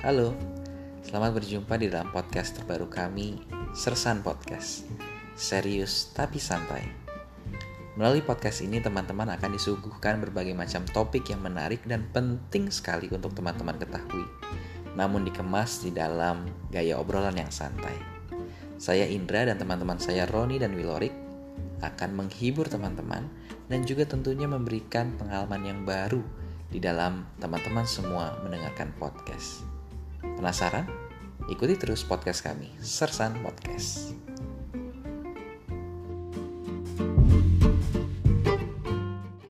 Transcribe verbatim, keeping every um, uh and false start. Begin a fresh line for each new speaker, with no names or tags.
Halo, selamat berjumpa di dalam podcast terbaru kami, Sersan Podcast. Serius tapi santai. Melalui podcast ini teman-teman akan disuguhkan berbagai macam topik yang menarik dan penting sekali untuk teman-teman ketahui, namun dikemas di dalam gaya obrolan yang santai. Saya Indra dan teman-teman saya Roni dan Wilorik akan menghibur teman-teman dan juga tentunya memberikan pengalaman yang baru di dalam teman-teman semua mendengarkan podcast. Penasaran? Ikuti terus podcast kami, Sersan Podcast.